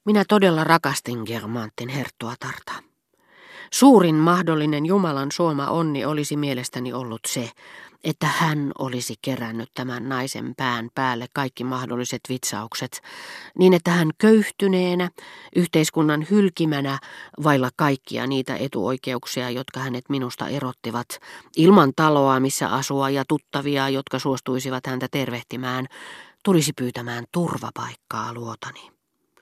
Minä todella rakastin Guermantin herttuatarta. Suurin mahdollinen Jumalan suoma onni olisi mielestäni ollut se, että hän olisi kerännyt tämän naisen pään päälle kaikki mahdolliset vitsaukset, niin että hän köyhtyneenä, yhteiskunnan hylkimänä, vailla kaikkia niitä etuoikeuksia, jotka hänet minusta erottivat, ilman taloa, missä asua ja tuttavia, jotka suostuisivat häntä tervehtimään, tulisi pyytämään turvapaikkaa luotani.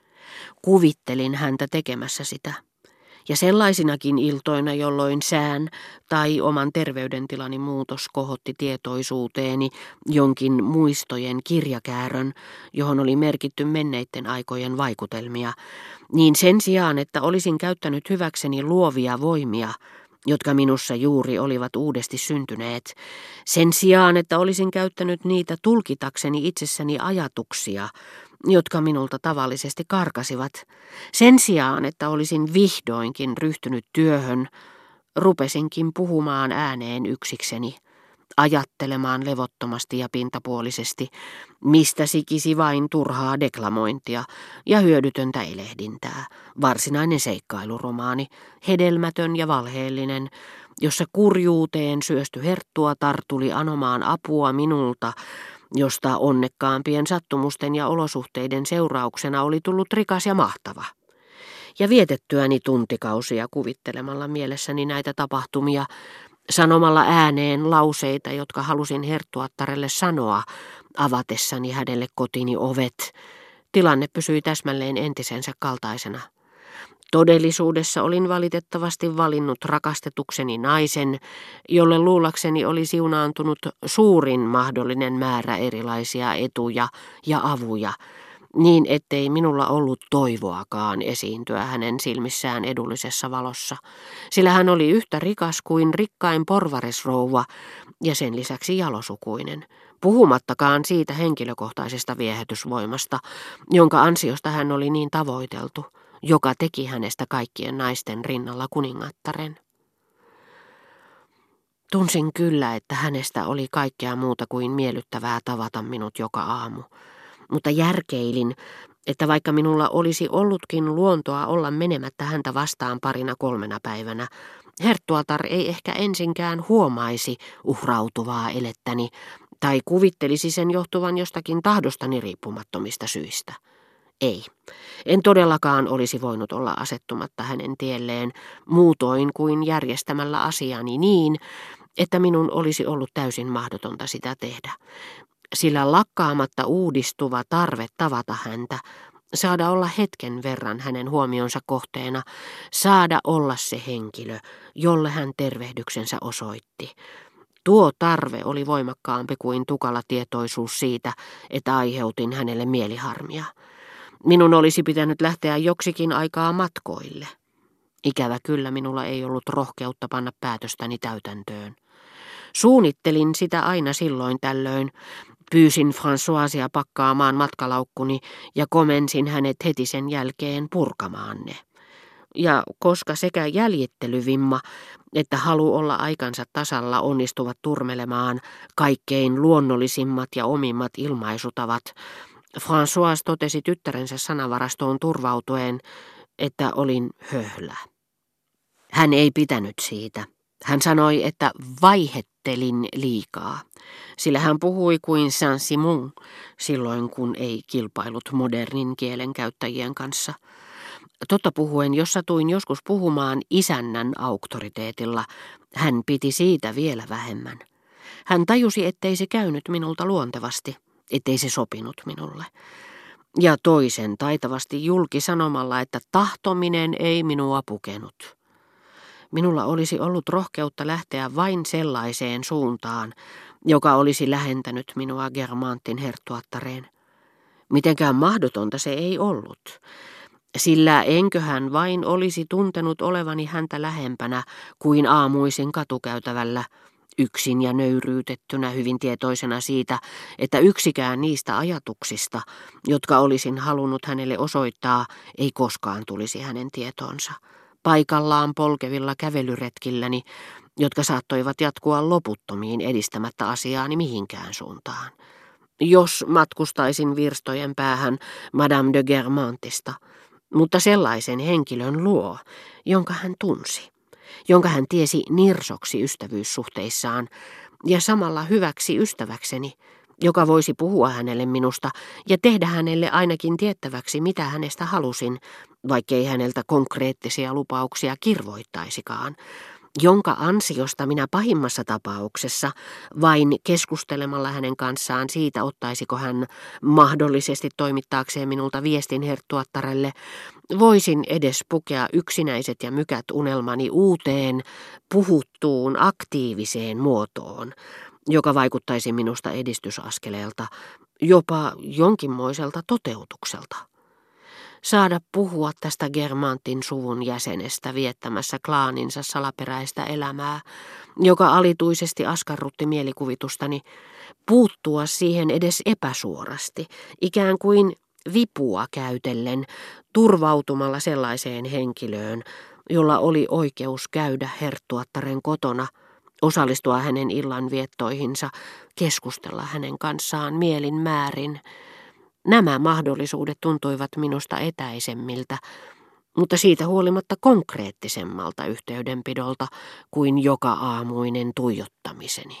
Kuvittelin häntä tekemässä sitä. Ja sellaisinakin iltoina, jolloin sään tai oman terveydentilani muutos kohotti tietoisuuteeni jonkin muistojen kirjakäärön, johon oli merkitty menneiden aikojen vaikutelmia, niin sen sijaan, että olisin käyttänyt hyväkseni luovia voimia, jotka minussa juuri olivat uudesti syntyneet, sen sijaan, että olisin käyttänyt niitä tulkitakseni itsessäni ajatuksia, jotka minulta tavallisesti karkasivat, sen sijaan, että olisin vihdoinkin ryhtynyt työhön, rupesinkin puhumaan ääneen yksikseni, ajattelemaan levottomasti ja pintapuolisesti, mistä sikisi vain turhaa deklamointia ja hyödytöntä elehdintää, varsinainen seikkailuromaani, hedelmätön ja valheellinen, jossa kurjuuteen syösty herttuatar tuli anomaan apua minulta, josta onnekkaampien sattumusten ja olosuhteiden seurauksena oli tullut rikas ja mahtava. Ja vietettyäni tuntikausia kuvittelemalla mielessäni näitä tapahtumia, sanomalla ääneen lauseita, jotka halusin herttuattarelle sanoa, avatessani hänelle kotini ovet, tilanne pysyi täsmälleen entisensä kaltaisena. Todellisuudessa olin valitettavasti valinnut rakastetukseni naisen, jolle luulakseni oli siunaantunut suurin mahdollinen määrä erilaisia etuja ja avuja, niin ettei minulla ollut toivoakaan esiintyä hänen silmissään edullisessa valossa, sillä hän oli yhtä rikas kuin rikkain porvarisrouva ja sen lisäksi jalosukuinen, puhumattakaan siitä henkilökohtaisesta viehätysvoimasta, jonka ansiosta hän oli niin tavoiteltu, joka teki hänestä kaikkien naisten rinnalla kuningattaren. Tunsin kyllä, että hänestä oli kaikkea muuta kuin miellyttävää tavata minut joka aamu, mutta järkeilin, että vaikka minulla olisi ollutkin luontoa olla menemättä häntä vastaan 2–3 päivänä, herttuatar ei ehkä ensinkään huomaisi uhrautuvaa elettäni tai kuvittelisi sen johtuvan jostakin tahdostani riippumattomista syistä. Ei, en todellakaan olisi voinut olla asettumatta hänen tielleen muutoin kuin järjestämällä asiani niin, että minun olisi ollut täysin mahdotonta sitä tehdä, sillä lakkaamatta uudistuva tarve tavata häntä, saada olla hetken verran hänen huomionsa kohteena, saada olla se henkilö, jolle hän tervehdyksensä osoitti. Tuo tarve oli voimakkaampi kuin tukala tietoisuus siitä, että aiheutin hänelle mieliharmia. Minun olisi pitänyt lähteä joksikin aikaa matkoille. Ikävä kyllä minulla ei ollut rohkeutta panna päätöstäni täytäntöön. Suunnittelin sitä aina silloin tällöin. Pyysin Françoisia pakkaamaan matkalaukkuni ja komensin hänet heti sen jälkeen purkamaan ne. Ja koska sekä jäljittelyvimma että halu olla aikansa tasalla onnistuvat turmelemaan kaikkein luonnollisimmat ja omimmat ilmaisutavat, François totesi tyttärensä sanavarastoon turvautuen, että olin höhlä. Hän ei pitänyt siitä. Hän sanoi, että vaihettelin liikaa, sillä hän puhui kuin Saint-Simon silloin, kun ei kilpailut modernin kielen käyttäjien kanssa. Totta puhuen, jos satuin joskus puhumaan isännän auktoriteetilla, hän piti siitä vielä vähemmän. Hän tajusi, ettei se käynyt minulta luontevasti, ettei se sopinut minulle. Ja toisen taitavasti julki sanomalla, että tahtominen ei minua pukenut. Minulla olisi ollut rohkeutta lähteä vain sellaiseen suuntaan, joka olisi lähentänyt minua Guermantin herttuattareen. Mitenkään mahdotonta se ei ollut, sillä enköhän vain olisi tuntenut olevani häntä lähempänä kuin aamuisin katukäytävällä, yksin ja nöyryytettynä hyvin tietoisena siitä, että yksikään niistä ajatuksista, jotka olisin halunnut hänelle osoittaa, ei koskaan tulisi hänen tietoonsa. Paikallaan polkevilla kävelyretkilläni, jotka saattoivat jatkua loputtomiin edistämättä asiaani mihinkään suuntaan. Jos matkustaisin virstojen päähän Madame de Guermantista, mutta sellaisen henkilön luo, jonka hän tunsi, jonka hän tiesi nirsoksi ystävyyssuhteissaan ja samalla hyväksi ystäväkseni, joka voisi puhua hänelle minusta ja tehdä hänelle ainakin tiettäväksi, mitä hänestä halusin, vaikkei häneltä konkreettisia lupauksia kirvoittaisikaan, jonka ansiosta minä pahimmassa tapauksessa vain keskustelemalla hänen kanssaan siitä, ottaisiko hän mahdollisesti toimittaakseen minulta viestin herttuattarelle, voisin edes pukea yksinäiset ja mykät unelmani uuteen, puhuttuun, aktiiviseen muotoon, joka vaikuttaisi minusta edistysaskeleelta, jopa jonkinmoiselta toteutukselta. Saada puhua tästä Germantin suvun jäsenestä viettämässä klaaninsa salaperäistä elämää, joka alituisesti askarrutti mielikuvitustani, puuttua siihen edes epäsuorasti, ikään kuin vipua käytellen, turvautumalla sellaiseen henkilöön, jolla oli oikeus käydä herttuattaren kotona, osallistua hänen illanviettoihinsa, keskustella hänen kanssaan mielin määrin. Nämä mahdollisuudet tuntuivat minusta etäisemmiltä, mutta siitä huolimatta konkreettisemmalta yhteydenpidolta kuin joka-aamuinen tuijottamiseni.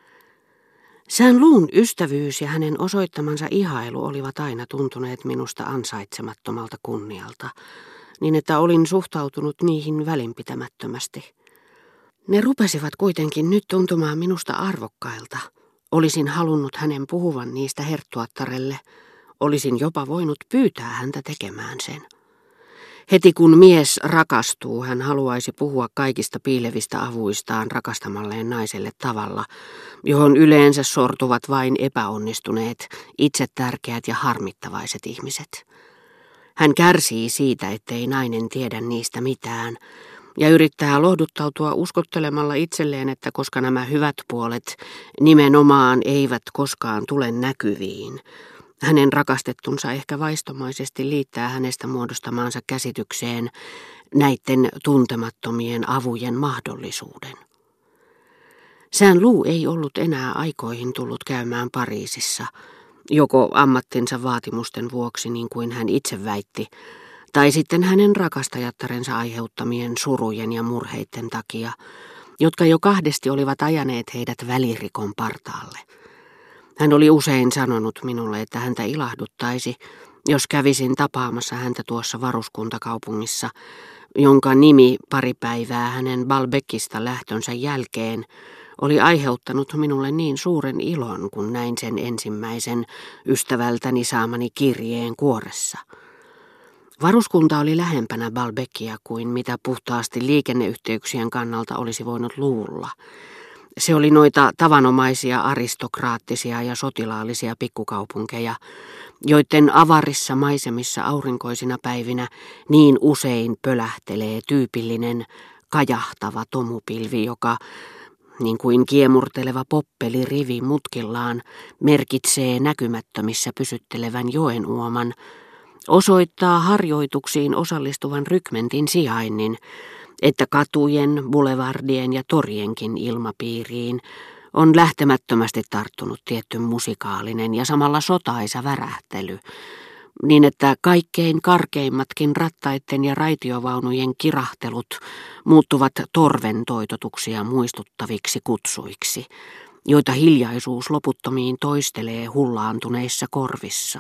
Saint-Loun ystävyys ja hänen osoittamansa ihailu olivat aina tuntuneet minusta ansaitsemattomalta kunnialta, niin että olin suhtautunut niihin välinpitämättömästi. Ne rupesivat kuitenkin nyt tuntumaan minusta arvokkailta. Olisin halunnut hänen puhuvan niistä herttuattarelle. Olisin jopa voinut pyytää häntä tekemään sen. Heti kun mies rakastuu, hän haluaisi puhua kaikista piilevistä avuistaan rakastamalleen naiselle tavalla, johon yleensä sortuvat vain epäonnistuneet, itsetärkeät ja harmittavaiset ihmiset. Hän kärsii siitä, ettei nainen tiedä niistä mitään, ja yrittää lohduttautua uskottelemalla itselleen, että koska nämä hyvät puolet nimenomaan eivät koskaan tule näkyviin, hänen rakastettunsa ehkä vaistomaisesti liittää hänestä muodostamaansa käsitykseen näiden tuntemattomien avujen mahdollisuuden. Saint-Lou ei ollut enää aikoihin tullut käymään Pariisissa, joko ammattinsa vaatimusten vuoksi niin kuin hän itse väitti, tai sitten hänen rakastajattarensa aiheuttamien surujen ja murheiden takia, jotka jo kahdesti olivat ajaneet heidät välirikon partaalle. Hän oli usein sanonut minulle, että häntä ilahduttaisi, jos kävisin tapaamassa häntä tuossa varuskuntakaupungissa, jonka nimi pari päivää hänen Balbekista lähtönsä jälkeen oli aiheuttanut minulle niin suuren ilon, kun näin sen ensimmäisen ystävältäni saamani kirjeen kuoressa. Varuskunta oli lähempänä Balbekia kuin mitä puhtaasti liikenneyhteyksien kannalta olisi voinut luulla. Se oli noita tavanomaisia aristokraattisia ja sotilaallisia pikkukaupunkeja, joiden avarissa maisemissa aurinkoisina päivinä niin usein pölähtelee tyypillinen kajahtava tomupilvi, joka, niin kuin kiemurteleva poppelirivi mutkillaan, merkitsee näkymättömissä pysyttelevän joenuoman, osoittaa harjoituksiin osallistuvan rykmentin sijainnin, että katujen, boulevardien ja torienkin ilmapiiriin on lähtemättömästi tarttunut tietty musikaalinen ja samalla sotaisa värähtely, niin että kaikkein karkeimmatkin rattaiden ja raitiovaunujen kirahtelut muuttuvat torven toitotuksia muistuttaviksi kutsuiksi, joita hiljaisuus loputtomiin toistelee hullaantuneissa korvissa.